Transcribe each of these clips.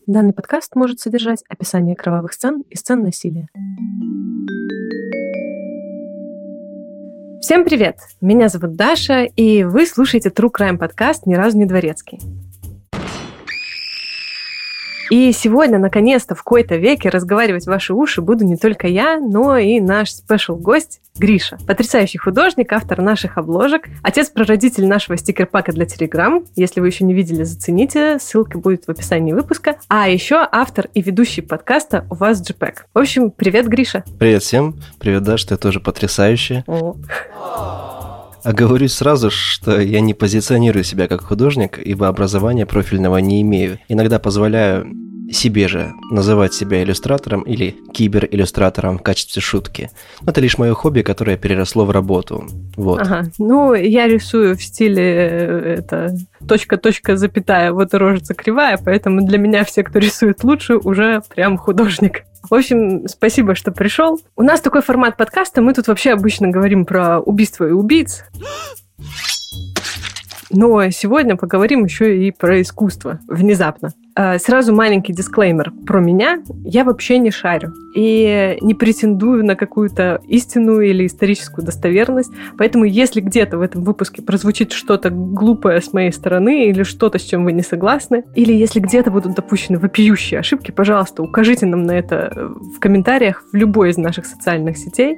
Данный подкаст может содержать описание кровавых сцен и сцен насилия. Всем привет! Меня зовут Даша, и вы слушаете True Crime подкаст «Ни разу не дворецкий». И сегодня, наконец-то, в кои-то веке разговаривать в ваши уши буду не только я, но и наш спешл-гость Гриша. Потрясающий художник, автор наших обложек, отец-прародитель нашего стикер-пака для Telegram. Если вы еще не видели, зацените, ссылка будет в описании выпуска. А еще автор и ведущий подкаста «У вас JPEG». В общем, привет, Гриша. Привет всем. Привет, Даша, ты тоже потрясающая. Оговорюсь сразу, что я не позиционирую себя как художник, ибо образования профильного не имею. Иногда позволяю себе же называть себя иллюстратором или кибер-иллюстратором в качестве шутки. Но это лишь мое хобби, которое переросло в работу. Вот. Ага. Ну, я рисую в стиле точка, запятая, вот и рожица кривая, поэтому для меня все, кто рисует лучше, уже прям художник. В общем, спасибо, что пришел. У нас такой формат подкаста, мы тут вообще обычно говорим про убийства и убийц. Но сегодня поговорим еще и про искусство. Внезапно. Сразу маленький дисклеймер про меня. Я вообще не шарю и не претендую на какую-то истинную или историческую достоверность. Поэтому если где-то в этом выпуске прозвучит что-то глупое с моей стороны или что-то, с чем вы не согласны, или если где-то будут допущены вопиющие ошибки, пожалуйста, укажите нам на это в комментариях в любой из наших социальных сетей.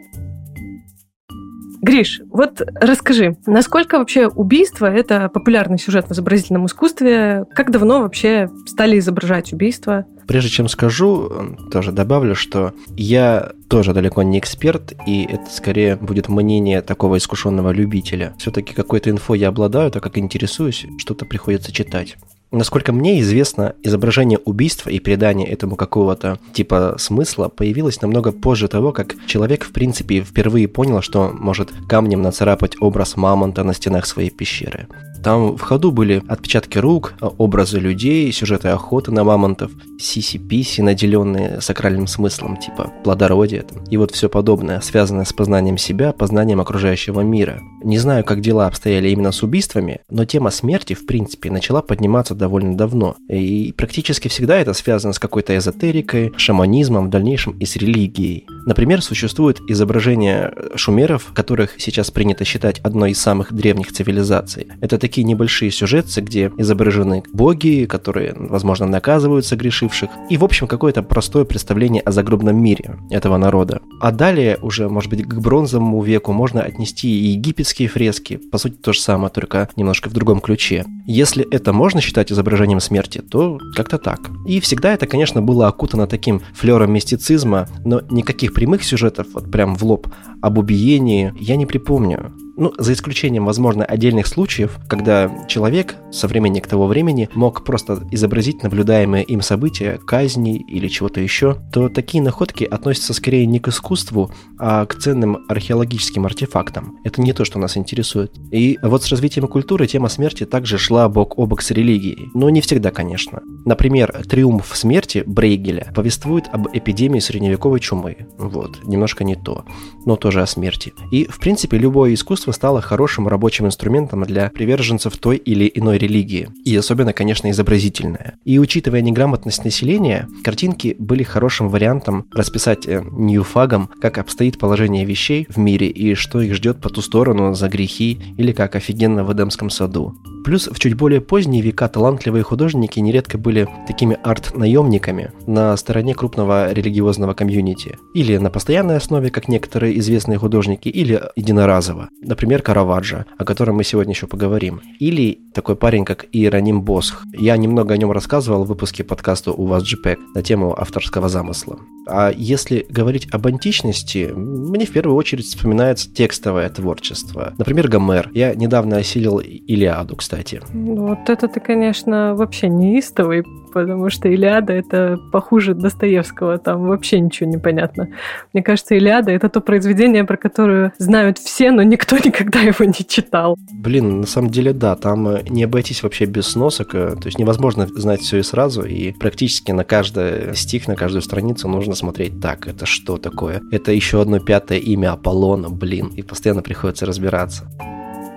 Гриш, вот расскажи, насколько вообще убийство – это популярный сюжет в изобразительном искусстве? Как давно вообще стали изображать убийства? Прежде чем скажу, тоже добавлю, что я тоже далеко не эксперт, и это скорее будет мнение такого искушенного любителя. Все-таки какой-то инфой я обладаю, так как интересуюсь, что-то приходится читать. Насколько мне известно, изображение убийства и придание этому какого-то типа смысла появилось намного позже того, как человек, в принципе, впервые понял, что может камнем нацарапать образ мамонта на стенах своей пещеры. Там в ходу были отпечатки рук, образы людей, сюжеты охоты на мамонтов, сиси-писи, наделенные сакральным смыслом, типа плодородия, и вот все подобное, связанное с познанием себя, познанием окружающего мира. Не знаю, как дела обстояли именно с убийствами, но тема смерти, в принципе, начала подниматься довольно давно. И практически всегда это связано с какой-то эзотерикой, шаманизмом, в дальнейшем и с религией. Например, существует изображение шумеров, которых сейчас принято считать одной из самых древних цивилизаций. Это такие небольшие сюжетцы, где изображены боги, которые, возможно, наказывают согрешивших, и, в общем, какое-то простое представление о загробном мире этого народа. А далее, уже, может быть, к бронзовому веку можно отнести и египетские фрески, по сути, то же самое, только немножко в другом ключе. Если это можно считать изображением смерти, то как-то так. И всегда это, конечно, было окутано таким флером мистицизма, но никаких прямых сюжетов, вот прям в лоб, об убиении я не припомню. Ну, за исключением, возможно, отдельных случаев, когда человек со времени к того времени мог просто изобразить наблюдаемые им события, казни или чего-то еще, то такие находки относятся скорее не к искусству, а к ценным археологическим артефактам. Это не то, что нас интересует. И вот с развитием культуры тема смерти также шла бок о бок с религией. Но не всегда, конечно. Например, «Триумф смерти» Брейгеля повествует об эпидемии средневековой чумы. Вот, немножко не то, но тоже о смерти. И, в принципе, любое искусство стало хорошим рабочим инструментом для приверженцев той или иной религии, и особенно, конечно, изобразительное. И учитывая неграмотность населения, картинки были хорошим вариантом расписать ньюфагом, как обстоит положение вещей в мире и что их ждет по ту сторону за грехи, или как офигенно в Эдемском саду. Плюс в чуть более поздние века талантливые художники нередко были такими арт-наемниками на стороне крупного религиозного комьюнити. Или на постоянной основе, как некоторые известные художники, или единоразово. Например, Караваджо, о котором мы сегодня еще поговорим. Или такой парень, как Иероним Босх. Я немного о нем рассказывал в выпуске подкаста «У вас JPEG» на тему авторского замысла. А если говорить об античности, мне в первую очередь вспоминается текстовое творчество. Например, Гомер. Я недавно осилил Илиаду, кстати. Вот это ты, конечно, вообще неистовый, потому что Илиада — это похуже Достоевского, там вообще ничего не понятно. Мне кажется, Илиада — это то произведение, про которое знают все, но никто никогда его не читал. Блин, на самом деле, да, там не обойтись вообще без сносок, то есть невозможно знать все и сразу, и практически на каждый стих, на каждую страницу нужно смотреть, так, это что такое? Это еще одно пятое имя Аполлона, блин, и постоянно приходится разбираться.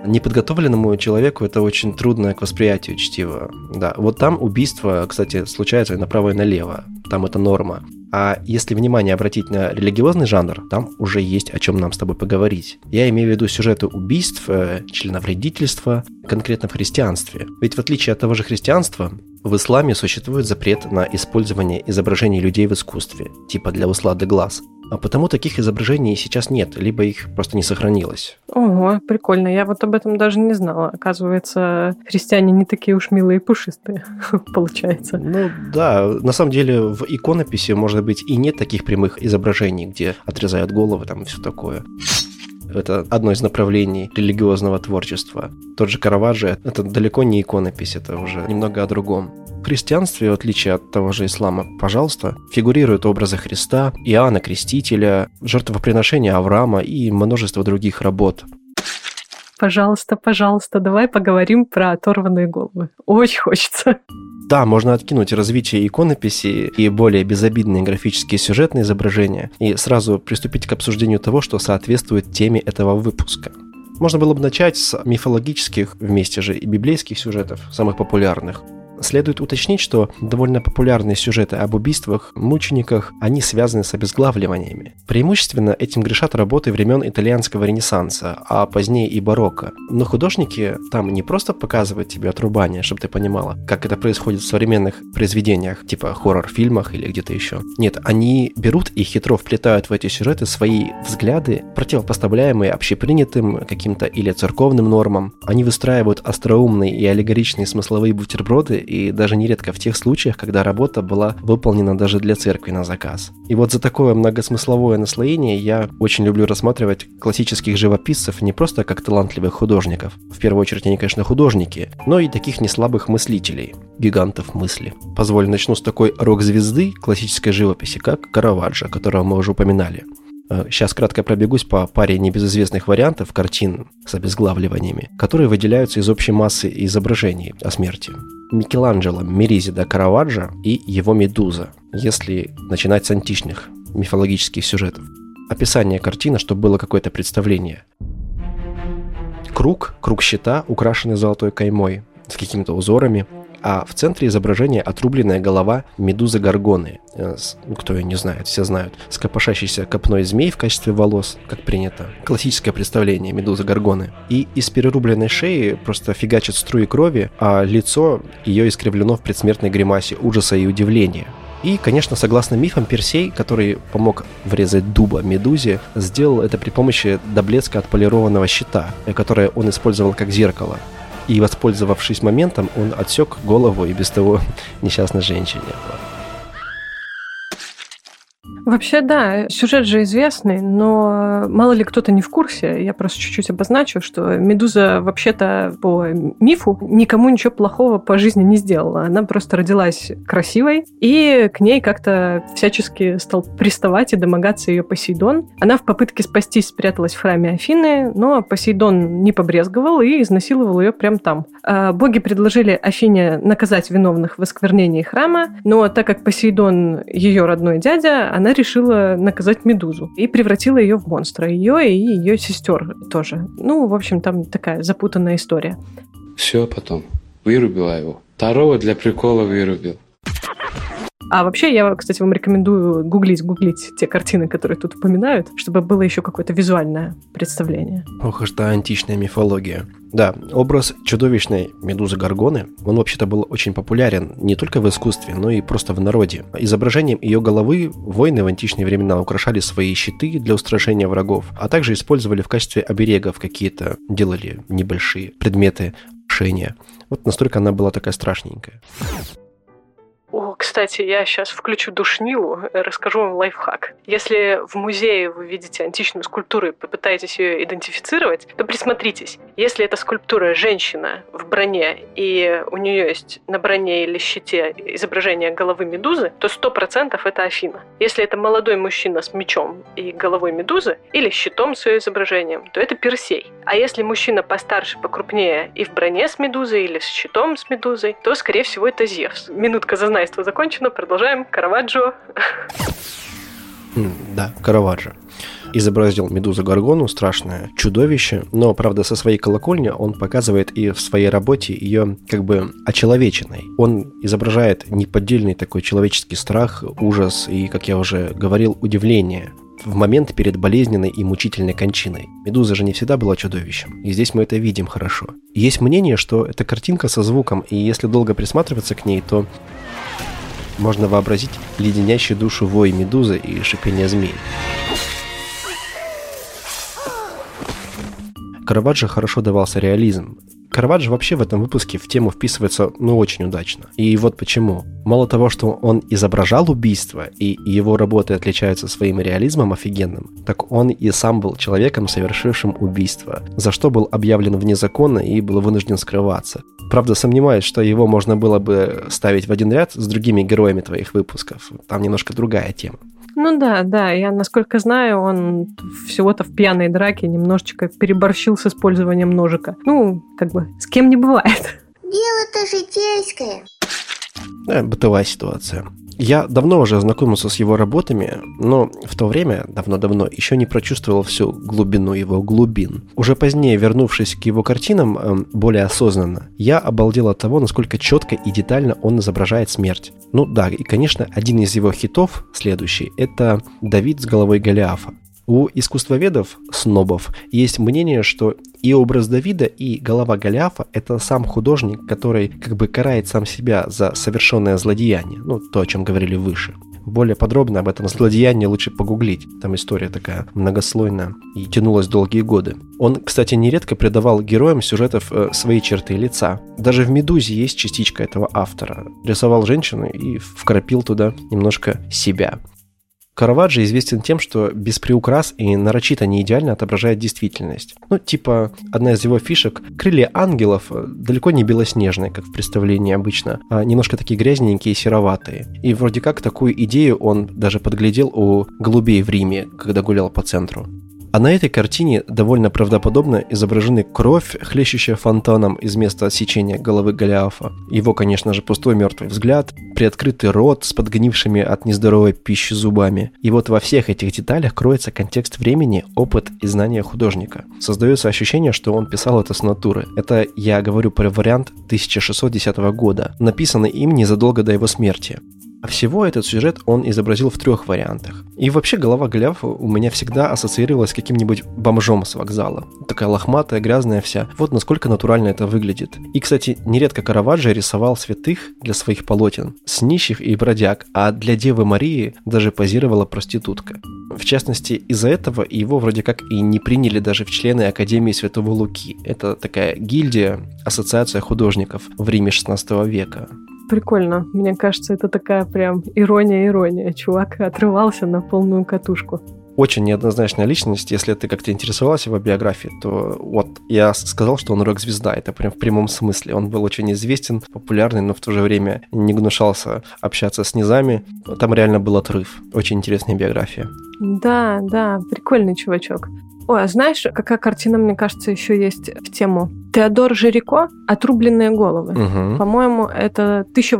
Неподготовленному человеку это очень трудно к восприятию чтиво. Да, вот там убийства, кстати, случаются и направо, и налево. Там это норма. А если внимание обратить на религиозный жанр, там уже есть о чем нам с тобой поговорить. Я имею в виду сюжеты убийств, членовредительства, конкретно в христианстве. Ведь в отличие от того же христианства, в исламе существует запрет на использование изображений людей в искусстве, типа для услады глаз. А потому таких изображений сейчас нет, либо их просто не сохранилось. Ого, прикольно. Я вот об этом даже не знала. Оказывается, христиане не такие уж милые и пушистые, получается. Ну да, на самом деле в иконописи, может быть, и нет таких прямых изображений, где отрезают головы там и все такое. Это одно из направлений религиозного творчества. Тот же Караваджо – это далеко не иконопись, это уже немного о другом. В христианстве, в отличие от того же ислама, пожалуйста, фигурируют образы Христа, Иоанна Крестителя, жертвоприношения Авраама и множество других работ. Пожалуйста, пожалуйста, давай поговорим про оторванные головы. Очень хочется. Да, можно откинуть развитие иконописи и более безобидные графические сюжетные изображения и сразу приступить к обсуждению того, что соответствует теме этого выпуска. Можно было бы начать с мифологических, вместе же и библейских сюжетов, самых популярных. Следует уточнить, что довольно популярные сюжеты об убийствах, мучениках, они связаны с обезглавливаниями. Преимущественно этим грешат работы времен итальянского Ренессанса, а позднее и барокко. Но художники там не просто показывают тебе отрубание, чтобы ты понимала, как это происходит в современных произведениях, типа хоррор-фильмах или где-то еще. Нет, они берут и хитро вплетают в эти сюжеты свои взгляды, противопоставляемые общепринятым каким-то или церковным нормам. Они выстраивают остроумные и аллегоричные смысловые бутерброды, и даже нередко в тех случаях, когда работа была выполнена даже для церкви на заказ. И вот за такое многосмысловое наслоение я очень люблю рассматривать классических живописцев не просто как талантливых художников, в первую очередь они, конечно, художники, но и таких неслабых мыслителей, гигантов мысли. Позволь, начну с такой рок-звезды классической живописи, как Караваджо, которого мы уже упоминали. Сейчас кратко пробегусь по паре небезызвестных вариантов картин с обезглавливаниями, которые выделяются из общей массы изображений о смерти. Микеланджело Меризи да Караваджо и его Медуза, если начинать с античных мифологических сюжетов. Описание картины, чтобы было какое-то представление. Круг щита, украшенный золотой каймой, с какими-то узорами, а в центре изображения отрубленная голова медузы Горгоны. Кто ее не знает, все знают. С копошащейся копной змей в качестве волос, как принято. Классическое представление медузы Горгоны. И из перерубленной шеи просто фигачат струи крови, а лицо ее искривлено в предсмертной гримасе ужаса и удивления. И, конечно, согласно мифам, Персей, который помог врезать дуба Медузе, сделал это при помощи до блеска отполированного щита, которое он использовал как зеркало. И, воспользовавшись моментом, он отсек голову и без того несчастной женщине. Вообще, да, сюжет же известный, но мало ли кто-то не в курсе. Я просто чуть-чуть обозначу, что Медуза вообще-то по мифу никому ничего плохого по жизни не сделала. Она просто родилась красивой, и к ней как-то всячески стал приставать и домогаться ее Посейдон. Она в попытке спастись спряталась в храме Афины, но Посейдон не побрезговал и изнасиловал ее прямо там. Боги предложили Афине наказать виновных в осквернении храма, но так как Посейдон ее родной дядя, она решила наказать Медузу и превратила ее в монстра. Ее и ее сестер тоже. Ну, в общем, там такая запутанная история. Все потом. Вырубила его. Второго для прикола вырубил. А вообще, я, кстати, вам рекомендую гуглить те картины, которые тут упоминают, чтобы было еще какое-то визуальное представление. Ох уж та античная мифология. Да, образ чудовищной Медузы Горгоны, он вообще-то был очень популярен не только в искусстве, но и просто в народе. Изображением ее головы воины в античные времена украшали свои щиты для устрашения врагов, а также использовали в качестве оберегов какие-то, делали небольшие предметы ношения. Вот настолько она была такая страшненькая. О, кстати, я сейчас включу душнилу, расскажу вам лайфхак. Если в музее вы видите античную скульптуру и попытаетесь ее идентифицировать, то присмотритесь. Если эта скульптура женщина в броне, и у нее есть на броне или щите изображение головы Медузы, то 100% это Афина. Если это молодой мужчина с мечом и головой Медузы, или щитом с ее изображением, то это Персей. А если мужчина постарше, покрупнее и в броне с Медузой, или с щитом с Медузой, то, скорее всего, это Зевс. Минутка зазнайства закончена, продолжаем. Караваджо. Да, Караваджо. Изобразил Медузу Горгону, страшное чудовище, но, правда, со своей колокольни он показывает и в своей работе ее как бы очеловеченной. Он изображает неподдельный такой человеческий страх, ужас и, как я уже говорил, удивление в момент перед болезненной и мучительной кончиной. Медуза же не всегда была чудовищем, и здесь мы это видим хорошо. Есть мнение, что это картинка со звуком, и если долго присматриваться к ней, то можно вообразить леденящий душу вой медузы и шипение змей. Караваджо хорошо давался реализм. Караваджо вообще в этом выпуске в тему вписывается, очень удачно. И вот почему. Мало того, что он изображал убийство, и его работы отличаются своим реализмом офигенным, так он и сам был человеком, совершившим убийство, за что был объявлен вне закона и был вынужден скрываться. Правда, сомневаюсь, что его можно было бы ставить в один ряд с другими героями твоих выпусков. Там немножко другая тема. Да, я, насколько знаю, он всего-то в пьяной драке немножечко переборщил с использованием ножика. С кем не бывает. Дело-то житейское. Бытовая ситуация. Я давно уже знакомился с его работами, но в то время, давно-давно, еще не прочувствовал всю глубину его глубин. Уже позднее, вернувшись к его картинам более осознанно, я обалдел от того, насколько четко и детально он изображает смерть. И, конечно, один из его хитов, следующий, это «Давид с головой Голиафа». У искусствоведов, снобов, есть мнение, что и образ Давида, и голова Голиафа – это сам художник, который как бы карает сам себя за совершенное злодеяние, то, о чем говорили выше. Более подробно об этом злодеянии лучше погуглить, там история такая многослойная и тянулась долгие годы. Он, кстати, нередко придавал героям сюжетов свои черты лица. Даже в «Медузе» есть частичка этого автора. Рисовал женщину и вкрапил туда немножко себя. Караваджо известен тем, что без приукрас и нарочито не идеально отображает действительность. Одна из его фишек – крылья ангелов далеко не белоснежные, как в представлении обычно, а немножко такие грязненькие и сероватые. И вроде как такую идею он даже подглядел у голубей в Риме, когда гулял по центру. А на этой картине довольно правдоподобно изображены кровь, хлещущая фонтаном из места отсечения головы Голиафа, его, конечно же, пустой мертвый взгляд, приоткрытый рот с подгнившими от нездоровой пищи зубами. И вот во всех этих деталях кроется контекст времени, опыт и знания художника. Создается ощущение, что он писал это с натуры. Это я говорю про вариант 1610 года, написанный им незадолго до его смерти. А всего этот сюжет он изобразил в 3 вариантах. И вообще голова Голиафа у меня всегда ассоциировалась с каким-нибудь бомжом с вокзала. Такая лохматая, грязная вся. Вот насколько натурально это выглядит. И, кстати, нередко Караваджо рисовал святых для своих полотен с нищих и бродяг, а для Девы Марии даже позировала проститутка. В частности, из-за этого его вроде как и не приняли даже в члены Академии Святого Луки. Это такая гильдия, ассоциация художников в Риме 16 века. Прикольно. Мне кажется, это такая прям ирония. Чувак отрывался на полную катушку. Очень неоднозначная личность. Если ты как-то интересовалась его биографией, то вот я сказал, что он рок-звезда. Это прям в прямом смысле. Он был очень известен, популярный, но в то же время не гнушался общаться с низами. Там реально был отрыв. Очень интересная биография. Да, прикольный чувачок. Ой, а знаешь, какая картина, мне кажется, еще есть в тему? Теодор Жирико «Отрубленные головы». Угу. По-моему, это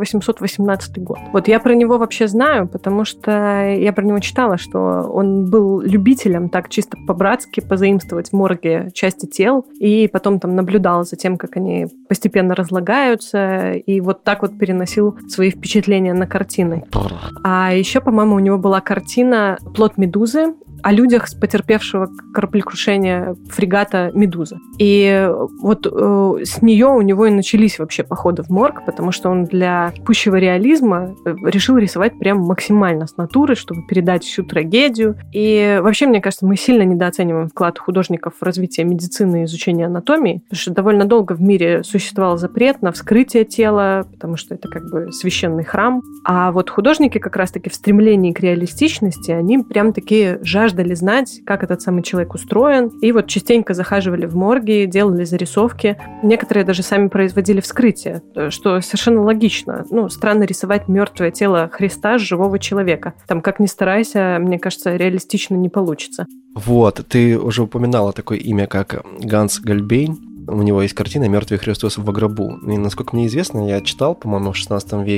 1818 год. Вот я про него вообще знаю, потому что я про него читала, что он был любителем так чисто по-братски позаимствовать в морге части тел, и потом там наблюдал за тем, как они постепенно разлагаются, и вот так вот переносил свои впечатления на картины. А еще, по-моему, у него была картина «Плод Медузы», о людях с потерпевшего кораблекрушения фрегата «Медуза». И вот с нее у него и начались вообще походы в морг, потому что он для пущего реализма решил рисовать прям максимально с натуры, чтобы передать всю трагедию. И вообще, мне кажется, мы сильно недооцениваем вклад художников в развитие медицины и изучение анатомии, потому что довольно долго в мире существовал запрет на вскрытие тела, потому что это как бы священный храм. А вот художники как раз-таки в стремлении к реалистичности, они прям такие жаждали знать, как этот самый человек устроен. И вот частенько захаживали в морги, делали зарисовки. Некоторые даже сами производили вскрытие, что совершенно логично. Странно рисовать мертвое тело Христа с живого человека. Там, как ни старайся, мне кажется, реалистично не получится. Вот, ты уже упоминала такое имя, как Ганс Гальбейн. У него есть картина «Мертвый Христос в гробу». И, насколько мне известно, я читал, по-моему, в 16 веке,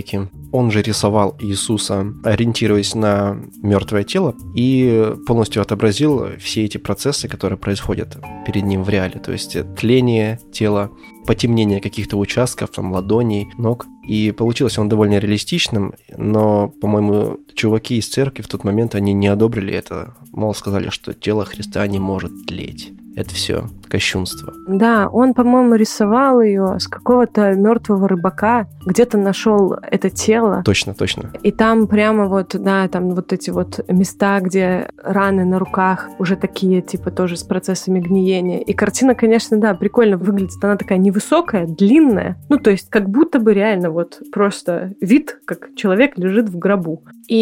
он же рисовал Иисуса, ориентируясь на мертвое тело, и полностью отобразил все эти процессы, которые происходят перед ним в реале. То есть тление тела, потемнение каких-то участков, там, ладоней, ног. И получилось он довольно реалистичным, но, по-моему, чуваки из церкви в тот момент, они не одобрили это. Мол, сказали, что тело Христа не может тлеть. Это все кощунство. Да, он, по-моему, рисовал ее с какого-то мертвого рыбака, где-то нашел это тело. Точно. И там прямо вот, да, там вот эти вот места, где раны на руках уже такие, типа, тоже с процессами гниения. И картина, конечно, да, прикольно выглядит. Она такая невысокая, длинная. Ну, то есть как будто бы реально вот просто вид, как человек лежит в гробу.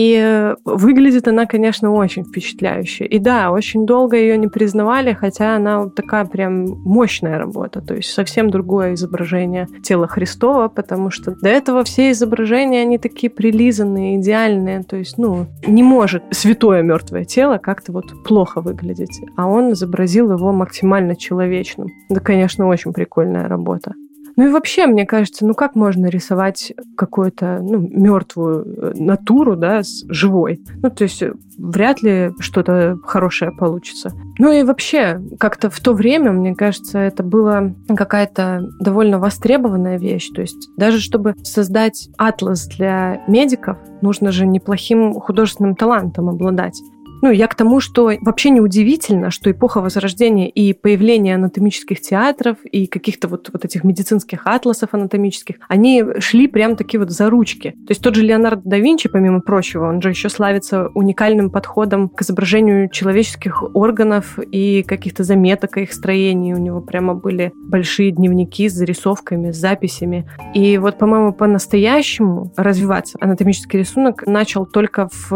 И выглядит она, конечно, очень впечатляюще. И да, очень долго ее не признавали, хотя она вот такая прям мощная работа. То есть совсем другое изображение тела Христова, потому что до этого все изображения, они такие прилизанные, идеальные. То есть, не может святое мертвое тело как-то вот плохо выглядеть. А он изобразил его максимально человечным. Да, конечно, очень прикольная работа. Ну и вообще, мне кажется, как можно рисовать какую-то, мертвую натуру, да, с живой? То есть вряд ли что-то хорошее получится. Ну и вообще, как-то в то время, мне кажется, это была какая-то довольно востребованная вещь. То есть даже чтобы создать атлас для медиков, нужно же неплохим художественным талантом обладать. Я к тому, что вообще неудивительно, что эпоха Возрождения и появление анатомических театров и каких-то вот этих медицинских атласов анатомических, они шли прям такие вот за ручки. То есть тот же Леонардо да Винчи, помимо прочего, он же еще славится уникальным подходом к изображению человеческих органов и каких-то заметок о их строении. У него прямо были большие дневники с зарисовками, с записями. И вот, по-моему, по-настоящему развиваться анатомический рисунок начал только в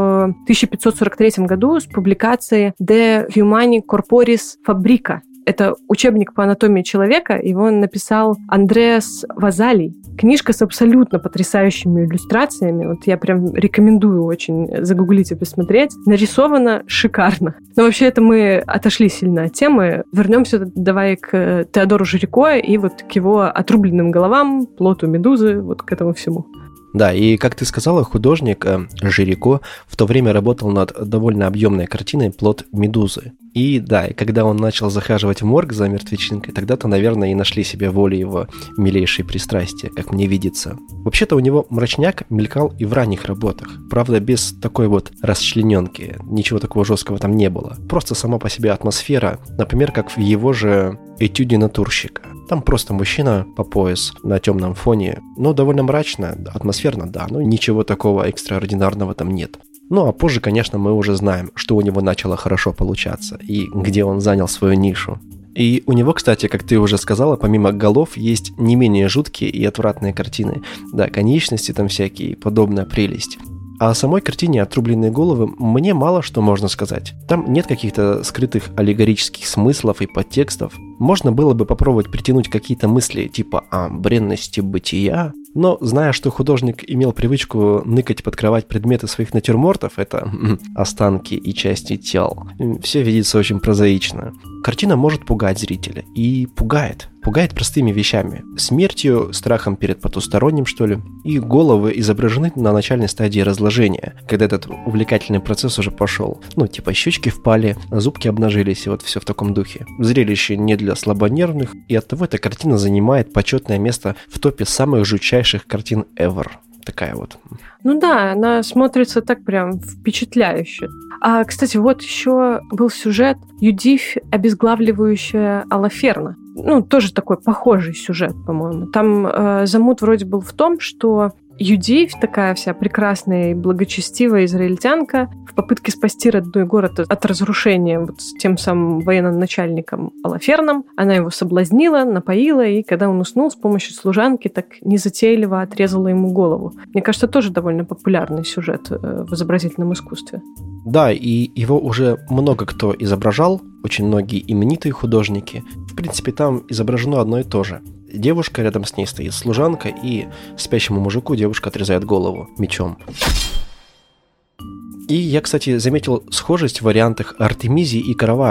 1543 году с публикации De Humani Corporis Fabrica. Это учебник по анатомии человека, его написал Андреас Вазалий. Книжка с абсолютно потрясающими иллюстрациями. Вот я прям рекомендую очень загуглить и посмотреть. Нарисовано шикарно. Но вообще это мы отошли сильно от темы. Вернемся давай к Теодору Жирико и вот к его отрубленным головам, плоту медузы, вот к этому всему. Да, и, как ты сказала, художник Жирико в то время работал над довольно объемной картиной «Плот медузы». И да, и когда он начал захаживать в морг за мертвечинкой, тогда-то, наверное, и нашли себе волю его милейшие пристрастия, как мне видится. Вообще-то у него мрачняк мелькал и в ранних работах. Правда, без такой вот расчлененки. Ничего такого жесткого там не было. Просто сама по себе атмосфера, например, как в его же «Этюде натурщика». Там просто мужчина по пояс на темном фоне. Довольно мрачно, атмосферно, да, но ничего такого экстраординарного там нет. А позже, конечно, мы уже знаем, что у него начало хорошо получаться и где он занял свою нишу. И у него, кстати, как ты уже сказала, помимо голов есть не менее жуткие и отвратные картины. Да, конечности там всякие, подобная прелесть. А о самой картине «Отрубленные головы» мне мало что можно сказать. Там нет каких-то скрытых аллегорических смыслов и подтекстов. Можно было бы попробовать притянуть какие-то мысли типа о бренности бытия, но зная, что художник имел привычку ныкать под кровать предметы своих натюрмортов, это останки и части тел, все видится очень прозаично. Картина может пугать зрителя. И пугает. Пугает простыми вещами. Смертью, страхом перед потусторонним, что ли. И головы изображены на начальной стадии разложения, когда этот увлекательный процесс уже пошел. Типа щечки впали, зубки обнажились, и вот все в таком духе. Зрелище не для слабонервных, и оттого эта картина занимает почетное место в топе самых жутчайших картин ever. Такая вот. Да, она смотрится так прям впечатляюще. А, кстати, вот еще был сюжет «Юдифь, обезглавливающая Алаферна». Тоже такой похожий сюжет, по-моему. Там замут вроде был в том, что Юдифь, такая вся прекрасная и благочестивая израильтянка, в попытке спасти родной город от разрушения вот с тем самым военачальником Алаферном, она его соблазнила, напоила, и когда он уснул, с помощью служанки так незатейливо отрезала ему голову. Мне кажется, тоже довольно популярный сюжет в изобразительном искусстве. Да, и его уже много кто изображал, очень многие именитые художники. В принципе, там изображено одно и то же. Девушка, рядом с ней стоит служанка, и спящему мужику девушка отрезает голову мечом. И я, кстати, заметил схожесть в вариантах Артемизии и Караваджо.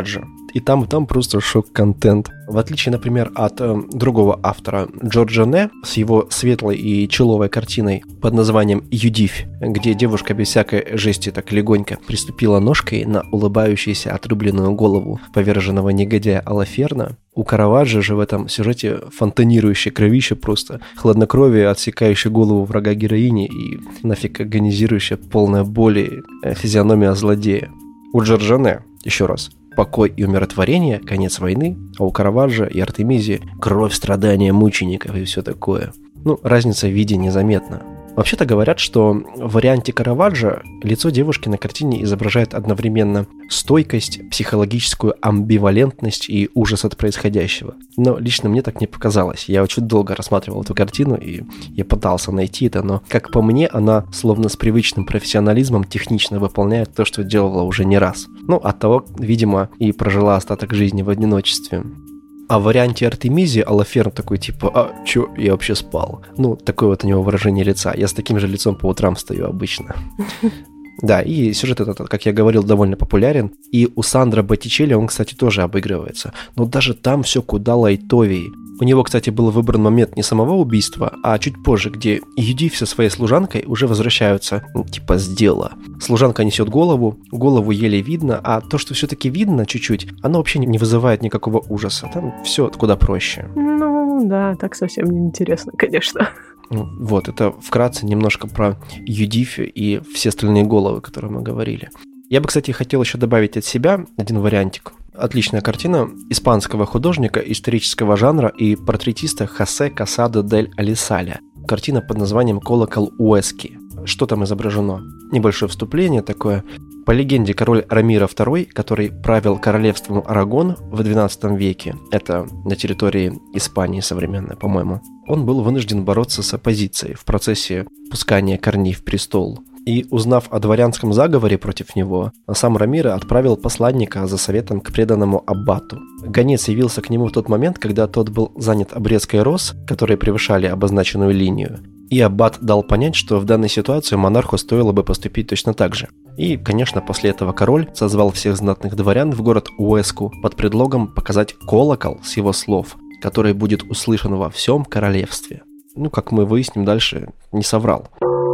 и там просто шок-контент. В отличие, например, от другого автора Джорджа Не с его светлой и человой картиной под названием «Юдивь», где девушка без всякой жести так легонько приступила ножкой на улыбающуюся отрубленную голову поверженного негодяя Алаферна, у Караваджо же в этом сюжете фонтанирующее кровище просто, хладнокровие, отсекающее голову врага героини и нафиг агонизирующая полная боли физиономия злодея. У Джорджа Не, еще раз, покой и умиротворение, конец войны, а у Караваджо и Артемизии кровь, страдания мучеников и все такое. Разница в виде незаметна. Вообще-то говорят, что в варианте Караваджо лицо девушки на картине изображает одновременно стойкость, психологическую амбивалентность и ужас от происходящего. Но лично мне так не показалось. Я очень долго рассматривал эту картину, и я пытался найти это, но, как по мне, она словно с привычным профессионализмом технично выполняет то, что делала уже не раз. Оттого, видимо, и прожила остаток жизни в одиночестве. А в варианте Артемизии Алаферн такой типа, чё, я вообще спал? Такое вот у него выражение лица. Я с таким же лицом по утрам стою обычно. Да, и сюжет этот, как я говорил, довольно популярен. И у Сандро Боттичелли он, кстати, тоже обыгрывается. Но даже там все куда лайтовее. У него, кстати, был выбран момент не самого убийства, а чуть позже, где Юдивь со своей служанкой уже возвращаются, с дела. Служанка несет голову еле видно, а то, что все-таки видно чуть-чуть, оно вообще не вызывает никакого ужаса. Там все куда проще. Да, так совсем не интересно, конечно. Это вкратце немножко про Юдивь и все остальные головы, о которых мы говорили. Я бы, кстати, хотел еще добавить от себя один вариантик. Отличная картина испанского художника исторического жанра и портретиста Хосе Касадо дель Алисаля. Картина под названием «Колокол Уэски». Что там изображено? Небольшое вступление такое. По легенде, король Рамиро II, который правил королевством Арагон в XII веке, это на территории Испании современной, по-моему, он был вынужден бороться с оппозицией в процессе пускания корней в престол. И, узнав о дворянском заговоре против него, сам Рамиро отправил посланника за советом к преданному аббату. Гонец явился к нему в тот момент, когда тот был занят обрезкой роз, которые превышали обозначенную линию. И аббат дал понять, что в данной ситуации монарху стоило бы поступить точно так же. И, конечно, после этого король созвал всех знатных дворян в город Уэску под предлогом показать колокол с его слов, который будет услышан во всем королевстве. Как мы выясним дальше, не соврал.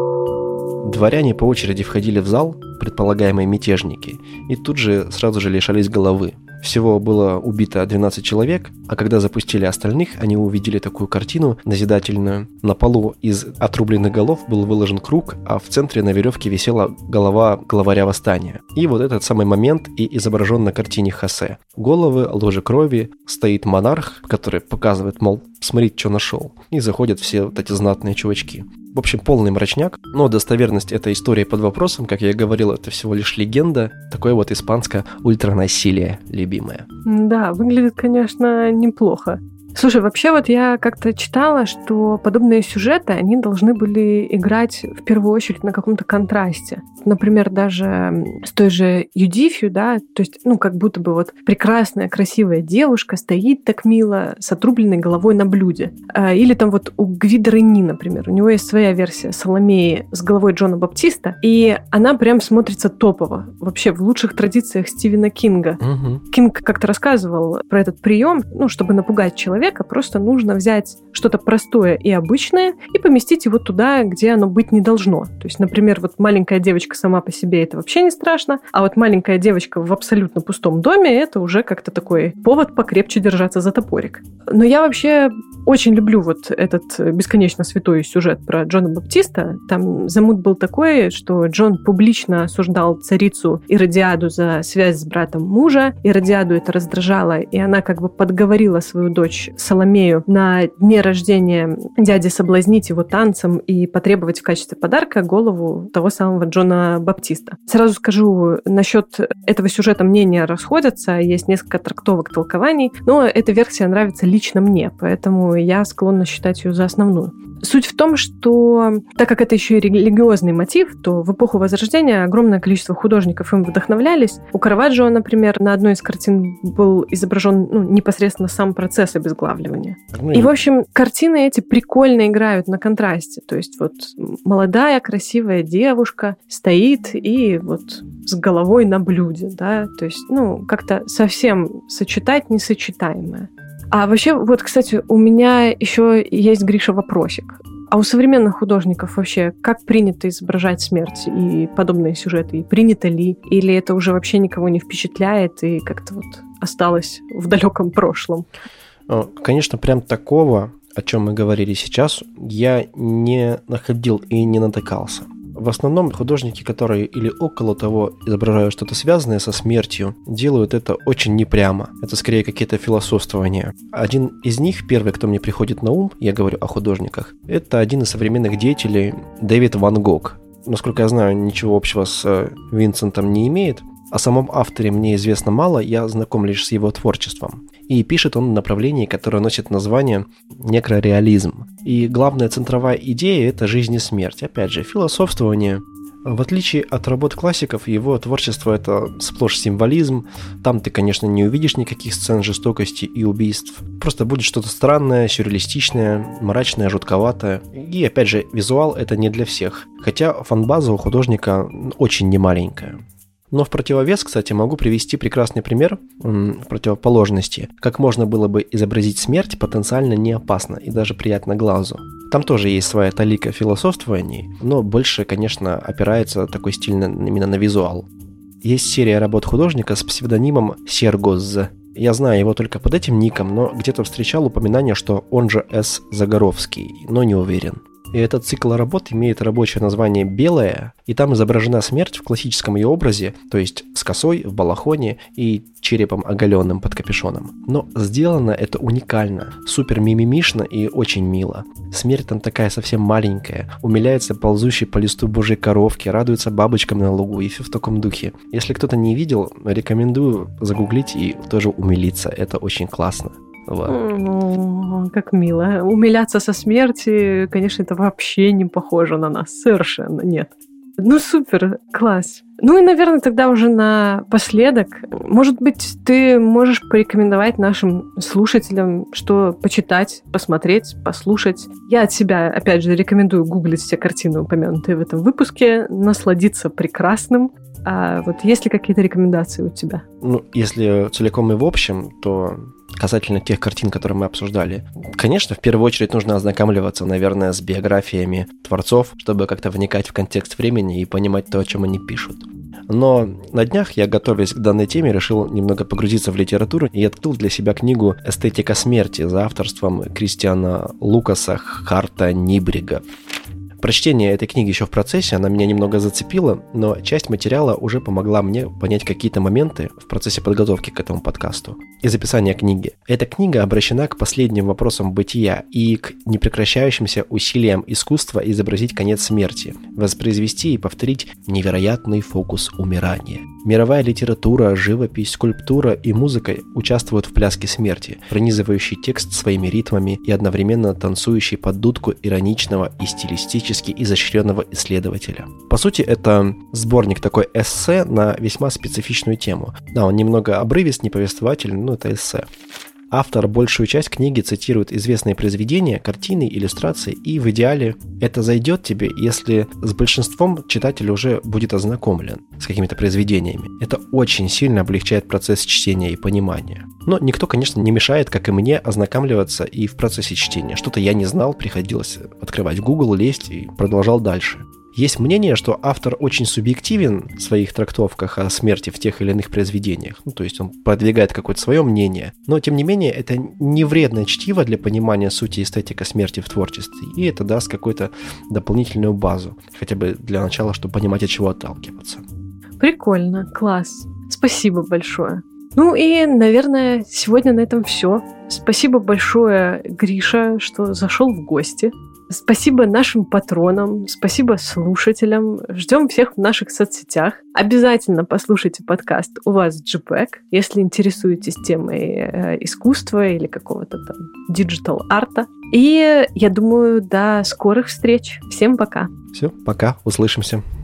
Дворяне по очереди входили в зал, предполагаемые мятежники, и тут же сразу же лишались головы. Всего было убито 12 человек, а когда запустили остальных, они увидели такую картину назидательную. На полу из отрубленных голов был выложен круг, а в центре на веревке висела голова главаря восстания. И вот этот самый момент и изображен на картине Хосе. Головы, лужи крови, стоит монарх, который показывает, мол, смотрите, что нашел. И заходят все вот эти знатные чувачки. В общем, полный мрачняк, но достоверность этой истории под вопросом, как я и говорил, это всего лишь легенда, такое вот испанское ультранасилие любимое. Да, выглядит, конечно, неплохо. Слушай, вообще вот я как-то читала, что подобные сюжеты, они должны были играть в первую очередь на каком-то контрасте. Например, даже с той же Юдифью, да, то есть, как будто бы вот прекрасная, красивая девушка стоит так мило с отрубленной головой на блюде. Или там вот у Гвидо Ренни, например, у него есть своя версия Саломеи с головой Джона Баптиста, и она прям смотрится топово. Вообще в лучших традициях Стивена Кинга. Угу. Кинг как-то рассказывал про этот прием, чтобы напугать человека, просто нужно взять что-то простое и обычное и поместить его туда, где оно быть не должно. То есть, например, вот маленькая девочка сама по себе — это вообще не страшно, а вот маленькая девочка в абсолютно пустом доме — это уже как-то такой повод покрепче держаться за топорик. Но я вообще очень люблю вот этот бесконечно святой сюжет про Джона Баптиста. Там замут был такой, что Джон публично осуждал царицу Иродиаду за связь с братом мужа. Иродиаду это раздражало, и она как бы подговорила свою дочь Соломею на дне рождения дяди соблазнить его танцем и потребовать в качестве подарка голову того самого Джона Баптиста. Сразу скажу, насчет этого сюжета мнения расходятся, есть несколько трактовок, толкований, но эта версия нравится лично мне, поэтому я склонна считать ее за основную. Суть в том, что, так как это еще и религиозный мотив, то в эпоху Возрождения огромное количество художников им вдохновлялись. У Караваджо, например, на одной из картин был изображен непосредственно сам процесс обезглавливания. И, в общем, картины эти прикольно играют на контрасте. То есть вот молодая, красивая девушка стоит и вот с головой на блюде, да, то есть, как-то совсем сочетать несочетаемое. А вообще, вот, кстати, у меня еще есть, Гриша, вопросик. А у современных художников вообще как принято изображать смерть и подобные сюжеты? И принято ли? Или это уже вообще никого не впечатляет и как-то вот осталось в далеком прошлом? Конечно, прям такого, о чем мы говорили сейчас, я не находил и не натыкался. В основном художники, которые или около того изображают что-то связанное со смертью, делают это очень непрямо. Это скорее какие-то философствования. Один из них, первый, кто мне приходит на ум, я говорю о художниках, это один из современных деятелей Дэвид Ван Гог. Насколько я знаю, ничего общего с Винсентом не имеет. О самом авторе мне известно мало, я знаком лишь с его творчеством. И пишет он в направлении, которое носит название некрореализм. И главная центровая идея – это жизнь и смерть. Опять же, философствование. В отличие от работ классиков, его творчество – это сплошь символизм. Там ты, конечно, не увидишь никаких сцен жестокости и убийств. Просто будет что-то странное, сюрреалистичное, мрачное, жутковатое. И, опять же, визуал – это не для всех. Хотя фан-база у художника очень немаленькая. Но в противовес, кстати, могу привести прекрасный пример противоположности, как можно было бы изобразить смерть потенциально не опасно и даже приятно глазу. Там тоже есть своя талика философствований, но больше, конечно, опирается такой стиль именно на визуал. Есть серия работ художника с псевдонимом Сергоз. Я знаю его только под этим ником, но где-то встречал упоминание, что он же С. Загоровский, но не уверен. И этот цикл работ имеет рабочее название «Белая», и там изображена смерть в классическом ее образе, то есть с косой, в балахоне и черепом оголенным под капюшоном. Но сделано это уникально, супер мимимишно и очень мило. Смерть там такая совсем маленькая, умиляется ползущей по листу божьей коровки, радуется бабочкам на лугу и все в таком духе. Если кто-то не видел, рекомендую загуглить и тоже умилиться, это очень классно. Как мило. Умиляться со смерти, конечно, это вообще не похоже на нас. Совершенно нет. Супер, класс. И, наверное, тогда уже напоследок, может быть, ты можешь порекомендовать нашим слушателям, что почитать, посмотреть, послушать. Я от себя, опять же, рекомендую гуглить все картины, упомянутые в этом выпуске, насладиться прекрасным. А вот есть ли какие-то рекомендации у тебя? Если целиком и в общем, то касательно тех картин, которые мы обсуждали, конечно, в первую очередь нужно ознакомливаться, наверное, с биографиями творцов, чтобы как-то вникать в контекст времени и понимать то, о чем они пишут. Но на днях я, готовясь к данной теме, решил немного погрузиться в литературу и открыл для себя книгу «Эстетика смерти» за авторством Кристиана Лукаса Харта Нибрига. Прочтение этой книги еще в процессе, она меня немного зацепила, но часть материала уже помогла мне понять какие-то моменты в процессе подготовки к этому подкасту и записания книги. Эта книга обращена к последним вопросам бытия и к непрекращающимся усилиям искусства изобразить конец смерти, воспроизвести и повторить невероятный фокус умирания. Мировая литература, живопись, скульптура и музыка участвуют в пляске смерти, пронизывающий текст своими ритмами и одновременно танцующий под дудку ироничного и стилистически изощренного исследователя. По сути, это сборник такой эссе на весьма специфичную тему. Да, он немного обрывист, неповествовательный, но это эссе. Автор большую часть книги цитирует известные произведения, картины, иллюстрации, и в идеале это зайдет тебе, если с большинством читатель уже будет ознакомлен с какими-то произведениями. Это очень сильно облегчает процесс чтения и понимания. Но никто, конечно, не мешает, как и мне, ознакомливаться и в процессе чтения. Что-то я не знал, приходилось открывать Google, лезть и продолжал дальше. Есть мнение, что автор очень субъективен в своих трактовках о смерти в тех или иных произведениях. То есть он продвигает какое-то свое мнение. Но, тем не менее, это не вредное чтиво для понимания сути эстетика смерти в творчестве. И это даст какую-то дополнительную базу. Хотя бы для начала, чтобы понимать, от чего отталкиваться. Прикольно, класс. Спасибо большое. И, наверное, сегодня на этом все. Спасибо большое, Гриша, что зашел в гости. Спасибо нашим патронам, спасибо слушателям. Ждем всех в наших соцсетях. Обязательно послушайте подкаст «У вас JPEG», если интересуетесь темой искусства или какого-то там диджитал-арта. И я думаю, до скорых встреч. Всем пока. Все, пока, услышимся.